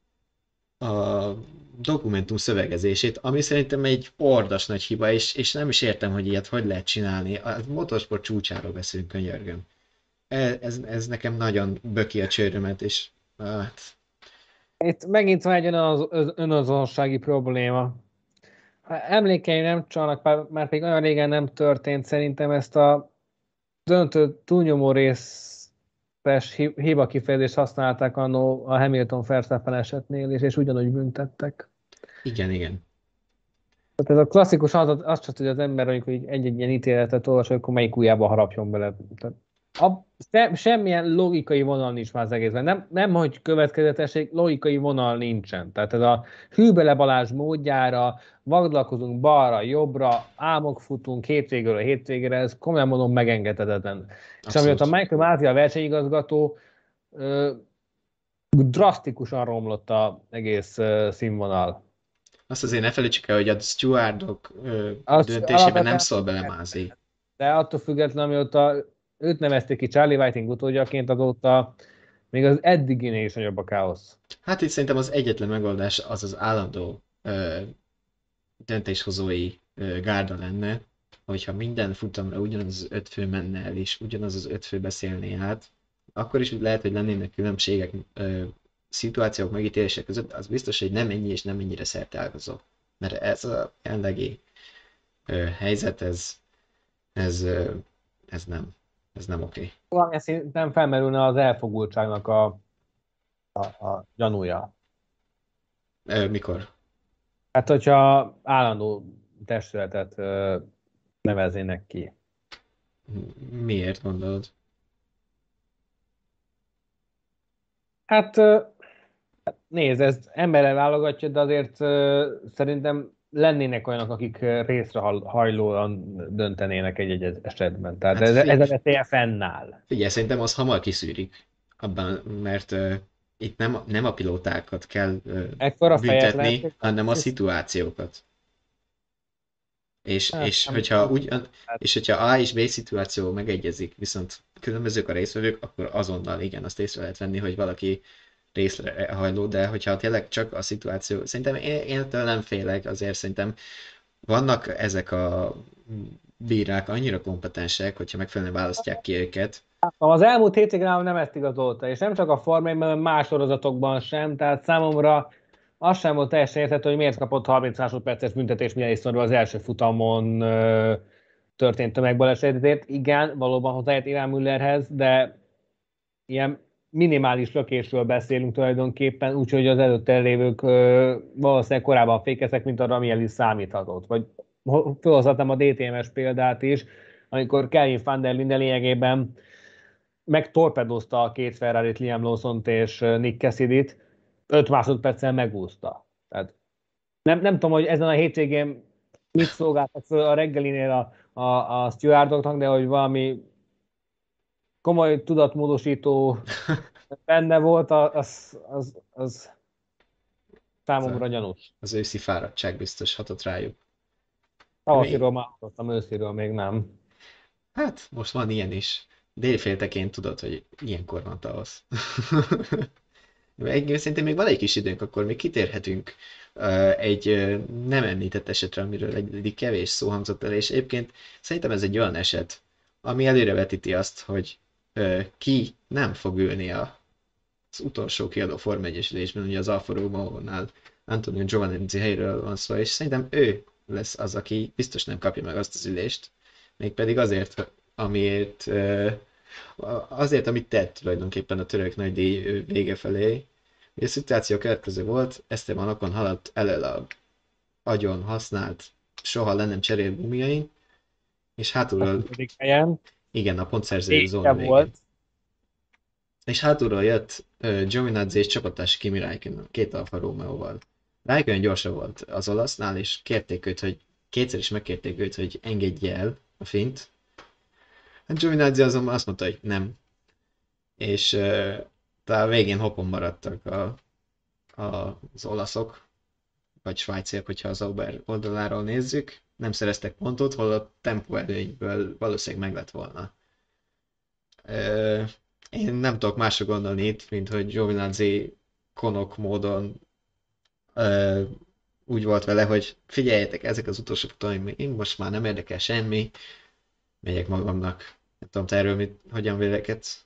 Speaker 3: dokumentum szövegezését, ami szerintem egy ordas nagy hiba, és nem is értem, hogy ilyet hogy lehet csinálni. A motorsport csúcsáról beszélünk, könyörgöm. Ez nekem nagyon böki a csőrömet, és hát,
Speaker 4: Itt megint van egy önazonossági probléma. Ha emlékeim nem csalnak, már pedig olyan régen nem történt, szerintem ezt a döntő túlnyomó részes hiba kifejezést használták annó a Hamilton Verstappen esetnél, és ugyanúgy büntettek.
Speaker 3: igen, igen.
Speaker 4: Tehát ez a klasszikus az csak, hogy az ember, amikor egy-egy ilyen ítéletet olvas, akkor melyik ujjába harapjon bele. Tehát semmilyen logikai vonal nincs már az egészben. Nem hogy következetesség, logikai vonal nincsen. Tehát ez a hűbele Balázs módjára, vagdalkozunk balra, jobbra, álmok futunk hétvégről a hétvégére, ez komolyan mondom megengedhetetlen. És amiatt a Michael Masi a versenyigazgató drasztikusan romlott az egész színvonal.
Speaker 3: Azt azért ne felejtsük el, hogy a stewardok döntésében nem
Speaker 4: alapvetően
Speaker 3: szól bele Masi.
Speaker 4: De attól függetlenül, amióta őt nevezték ki Charlie Whiting utódjaként, azóta még az eddiginél is nagyobb a káosz.
Speaker 3: Hát itt szerintem az egyetlen megoldás az az állandó döntéshozói gárda lenne, hogyha minden futamra ugyanaz az 5 fő menne el, és ugyanaz az 5 fő beszélné át, akkor is lehet, hogy lennének különbségek szituációk megítélések között, az biztos, hogy nem ennyi és nem ennyire szerteágazó. Mert ez a jelenlegi helyzet, ez nem oké.
Speaker 4: Valamilyen szinten felmerülne az elfogultságnak a gyanúja.
Speaker 3: Mikor?
Speaker 4: Hát, hogyha állandó testületet neveznének ki.
Speaker 3: Miért gondolod?
Speaker 4: Hát nézd, ez emberrel válogatja, de azért szerintem lennének olyanok, akik részre hajlóan döntenének egy esetben. Tehát
Speaker 3: Hát
Speaker 4: ez a veszélye fennáll.
Speaker 3: figyelj, szerintem az hamar kiszűrik abban, mert itt nem a pilótákat kell
Speaker 4: Ekkora
Speaker 3: büntetni,
Speaker 4: fejetlenség.
Speaker 3: hanem a szituációkat. És,
Speaker 4: Hát,
Speaker 3: és,
Speaker 4: nem,
Speaker 3: hogyha
Speaker 4: nem,
Speaker 3: ugyan, és hogyha A és B szituáció megegyezik, viszont különbözők a résztvevők, akkor azonnal igen, azt észre lehet venni, hogy valaki részre hajló, de hogyha tényleg csak a szituáció, szerintem én ettől nem félek, azért szerintem vannak ezek a bírák annyira kompetensek, hogyha megfelelően választják ki őket.
Speaker 4: az elmúlt hétig rám nem ezt igazolta, és nem csak a Forma 1-ben, hanem más sorozatokban sem, tehát számomra az sem volt teljesen érthető, hogy miért kapott 30 másodperces büntetés Milano az első futamon történt tömegbalesetért. Igen, valóban hozzájött Irán Müllerhez, de ilyen minimális lökésről beszélünk tulajdonképpen, úgyhogy az előtte lévők valószínűleg korábban fékeztek, mint arra, ami el is számíthatott. Vagy felhozhatnám a DTM-es példát is, amikor Kelvin van der Linde lényegében megtorpedozta a két Ferrarit, Liam Lawson-t és Nick Cassidy-t, 5 másodperccel megúszta. Tehát nem tudom, hogy ezen a hétvégén mit szolgáltak föl a reggelinél a stewardoknak, de hogy valami komoly tudatmódosító benne volt, az számomra gyanús.
Speaker 3: Az őszi fáradtság biztos hatott rájuk.
Speaker 4: Tavasziról már hallottam, ősziről még nem.
Speaker 3: Hát, most van ilyen is. Délféltekén tudod, hogy ilyenkor van tavasz. Szerintem még van egy kis időnk, akkor még kitérhetünk egy nem említett esetre, amiről eddig kevés szó hangzott el, és egyébként szerintem ez egy olyan eset, ami előrevetíti azt, hogy ki nem fog ülni az utolsó kiadó Forma 1-es ülésben, ugye az Alfa Romeo-nál Antonio Giovanazzi helyről van szó, és szerintem ő lesz az, aki biztos nem kapja meg azt az ülést, mégpedig azért, amit tett tulajdonképpen a török nagydíj vége felé. A szituáció következő volt, Esteban Ocon haladt elől a agyon használt, soha le nem cserélt gumiain, és hátulról,
Speaker 4: 5. helyen.
Speaker 3: igen, a pontszerző zóna
Speaker 4: Éke
Speaker 3: végén.
Speaker 4: volt.
Speaker 3: És hátulról jött Giovinazzi és csapattárs Kimi Räikkönen, két Alfa Romeo-val. Räikkönen gyorsabb volt az olasznál, és kérték őt, hogy kétszer is megkérték őt, hogy engedje el a fint. Hát Giovinazzi azonban azt mondta, hogy nem. És talán a végén hopon maradtak az olaszok, vagy svájciak, hogyha az Auber oldaláról nézzük. Nem szereztek pontot, hol a tempó előnyből valószínűleg meg lett volna. Én nem tudok másra gondolni itt, mint hogy Giovinazzi konok módon úgy volt vele, hogy figyeljetek, ezek az utolsó futamim, én most már nem érdekel semmi, megyek magamnak. Nem tudom, te erről hogyan vélekedsz?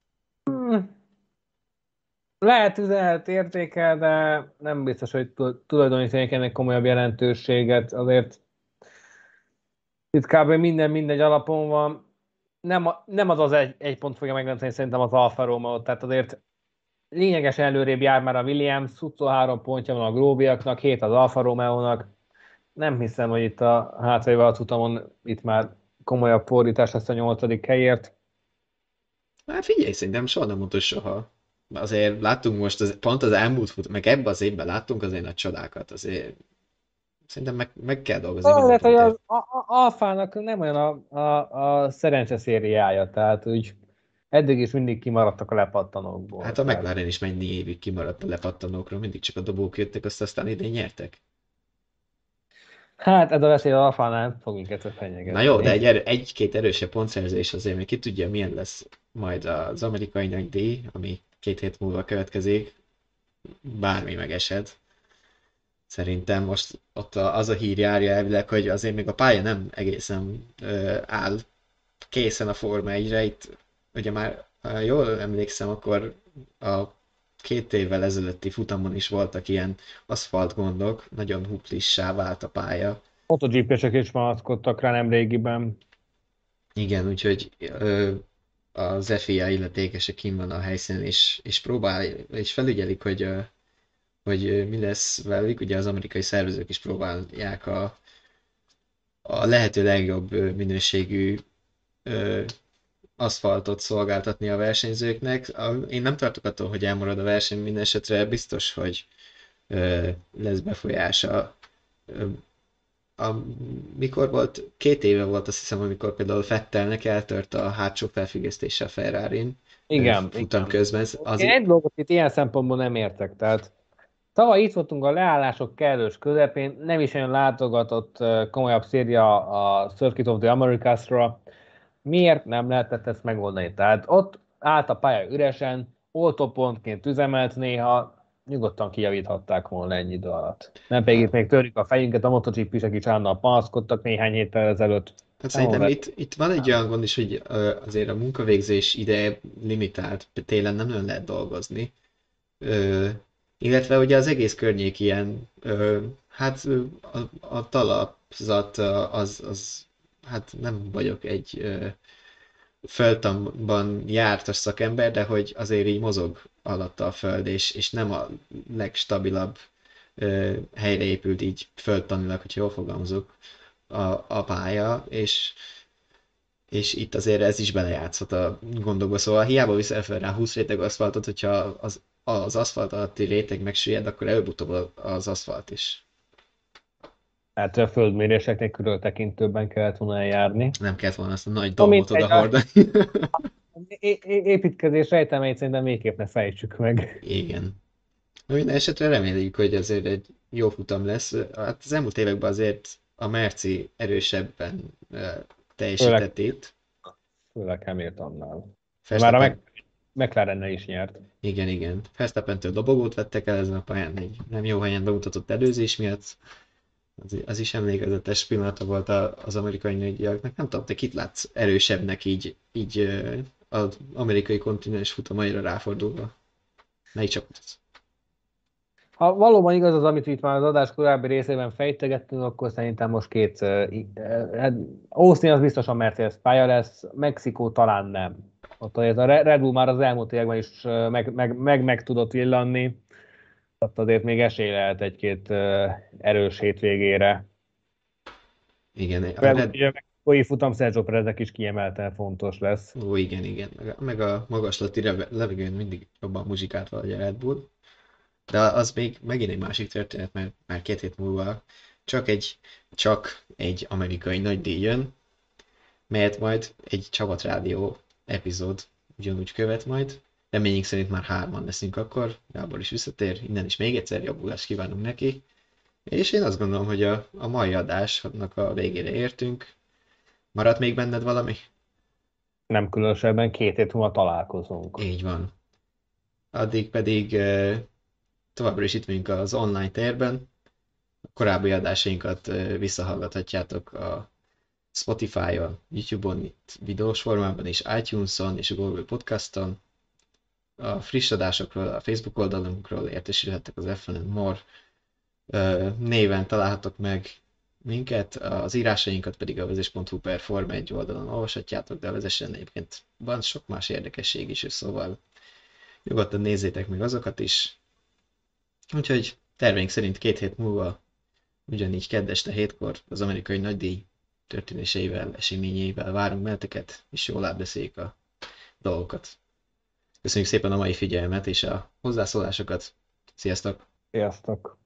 Speaker 4: Lehet értékel, de nem biztos, hogy tulajdonítanék ennek komolyabb jelentőséget. Azért itt kb. Mindegy alapon van. Nem az egy pont fogja megdönteni szerintem az Alfa Romeo, tehát azért lényegesen előrébb jár már a Williams, 23 pontja van a Globiaknak, 7 az Alfa Romeo-nak. Nem hiszem, hogy itt a hátralévő futamon itt már komolyabb fordítás lesz a 8. helyért.
Speaker 3: Hát figyelj, szerintem soha nem mondta soha. Azért láttunk most, pont az elmúlt futam, meg ebben az évben láttunk azért nagy csodákat, azért szerintem meg kell dolgozni minden
Speaker 4: Lehet, hogy az
Speaker 3: pontért.
Speaker 4: Alfának nem olyan a szerencse szériája, tehát úgy eddig is mindig kimaradtak a lepattanókból.
Speaker 3: Hát a
Speaker 4: Tehát,
Speaker 3: McLaren is mennyi évig kimaradt a lepattanókról, mindig csak a dobók jöttek, aztán idén nyertek.
Speaker 4: hát ez a veszély az Alfánál fog minket
Speaker 3: Na jó, de
Speaker 4: fenyegetni.
Speaker 3: egy-két erősebb pontszerzés azért még ki tudja, milyen lesz majd az amerikai nagydíj, ami 2 hét múlva következik, bármi megesed. Szerintem most ott az a hír járja elvileg, hogy azért még a pálya nem egészen áll készen a Forma 1-re. Itt ugye már, ha jól emlékszem, akkor a 2 évvel ezelőtti futamon is voltak ilyen aszfalt gondok, nagyon huplissá vált a pálya.
Speaker 4: MotoGP-sek is panaszkodtak rá nemrégiben.
Speaker 3: Igen, úgyhogy az FIA illetékese kint van a helyszínen, és és felügyelik, hogy mi lesz velük. Ugye az amerikai szervezők is próbálják a lehető legjobb minőségű ö, aszfaltot szolgáltatni a versenyzőknek. Én nem tartok attól, hogy elmarad a verseny, minden esetre biztos, hogy lesz befolyása a, mikor volt, 2 éve volt azt hiszem, amikor például Vettelnek eltört a hátsó felfüggesztése a Ferrarin
Speaker 4: Igen,
Speaker 3: futam
Speaker 4: igen.
Speaker 3: közben.
Speaker 4: Én egy dolgot itt ilyen szempontból nem értek, tehát tavaly itt voltunk a leállások kellős közepén, nem is olyan látogatott komolyabb széria a Circuit of the Americas-ra. Miért nem lehetett ezt megoldani? Tehát ott állt a pálya üresen, oltópontként üzemelt néha, nyugodtan kijavíthatták volna ennyi idő alatt. Nem pedig itt még törjük a fejünket, a MotoGP-sek is állandóan panaszkodtak néhány héttel ezelőtt.
Speaker 3: Hát
Speaker 4: Nem
Speaker 3: szerintem
Speaker 4: volt.
Speaker 3: itt van egy olyan gond is, hogy azért a munkavégzés ideje limitált, télen nem nagyon lehet dolgozni. Ö, Illetve ugye az egész környék ilyen, hát a talapzat az, hát nem vagyok egy földtanban jártas szakember, de hogy azért így mozog alatta a föld, és nem a legstabilabb helyre épült így földtanilag, hogy jól fogalmazok, a pálya, és itt azért ez is belejátszott a gondokba, szóval hiába viszel fel rá 20 réteg aszfaltot, hogyha az aszfalt alatti réteg megsüllyed, akkor előbb-utóbb az aszfalt is.
Speaker 4: Hát a földméréseknél körültekintőbben kellett volna eljárni.
Speaker 3: Nem kellett volna azt a nagy
Speaker 4: No,
Speaker 3: dolgot
Speaker 4: mindegy,
Speaker 3: oda hordani.
Speaker 4: építkezés rejtelmeit szerintem végképp ne fejtsük meg.
Speaker 3: Igen. Minden esetre reméljük, hogy azért egy jó futam lesz. Hát az elmúlt években azért a Merci erősebben
Speaker 4: Főleg,
Speaker 3: teljesített itt.
Speaker 4: főleg Hamiltonnál. Már a
Speaker 3: Verstappen,
Speaker 4: McLarennel is nyert.
Speaker 3: igen, igen. Verstappentől dobogót vettek el ezen a pályán, egy nem jó helyen bemutatott előzés miatt. Az is emlékezetes pillanata volt az amerikai nőgyíjaknak. Nem tudom, te kit látsz erősebbnek így az amerikai kontinens futamaira ráfordulva? Melyik csapat az?
Speaker 4: Ha valóban igaz az, amit itt már az adás korábbi részében fejtegettünk, akkor szerintem most két... Austin az biztosan Mercedes pálya lesz, Mexikó talán nem. Ott azért a Red Bull már az elmúlt években is meg tudott villanni, tehát azért még esély lehet egy-két erős hétvégére.
Speaker 3: Igen, a
Speaker 4: Például
Speaker 3: Red...
Speaker 4: ugye a mexikói futam Sergio Pereznek is kiemelten fontos lesz.
Speaker 3: Ó, igen, igen. Meg a magaslati levegőn mindig jobban muzsikált valahogy a Red Bull. De az még megint egy másik történet, mert már 2 hét múlva csak egy amerikai nagydíj jön, melyet majd egy csapatrádió epizód ugyanúgy követ majd. Reményünk szerint már 3-an leszünk akkor, Gábor is visszatér, innen is még egyszer jobbulást kívánunk neki. És én azt gondolom, hogy a mai adásnak a végére értünk. Maradt még benned valami?
Speaker 4: Nem különösebben 2 hét múlva találkozunk.
Speaker 3: Így van. Addig pedig továbbra is itt vagyunk az online térben. A korábbi adásainkat visszahallgathatjátok a Spotify-on, YouTube-on, itt videós formában és iTunes-on és a Google Podcast-on. A friss adásokról, a Facebook oldalunkról értesülhettek az F1 More néven találhatok meg minket, az írásainkat pedig a vezes.hu/Forma 1 oldalon olvashatjátok, de a Vezessen egyébként van sok más érdekesség is, és szóval nyugodtan nézzétek meg azokat is. Úgyhogy terveink szerint 2 hét múlva, ugyanígy kedd este 7-kor az amerikai nagydíj történéseivel, eseményeivel várunk benneteket, és jól átbeszéljük a dolgokat. Köszönjük szépen a mai figyelmet és a hozzászólásokat. Sziasztok!
Speaker 4: Sziasztok!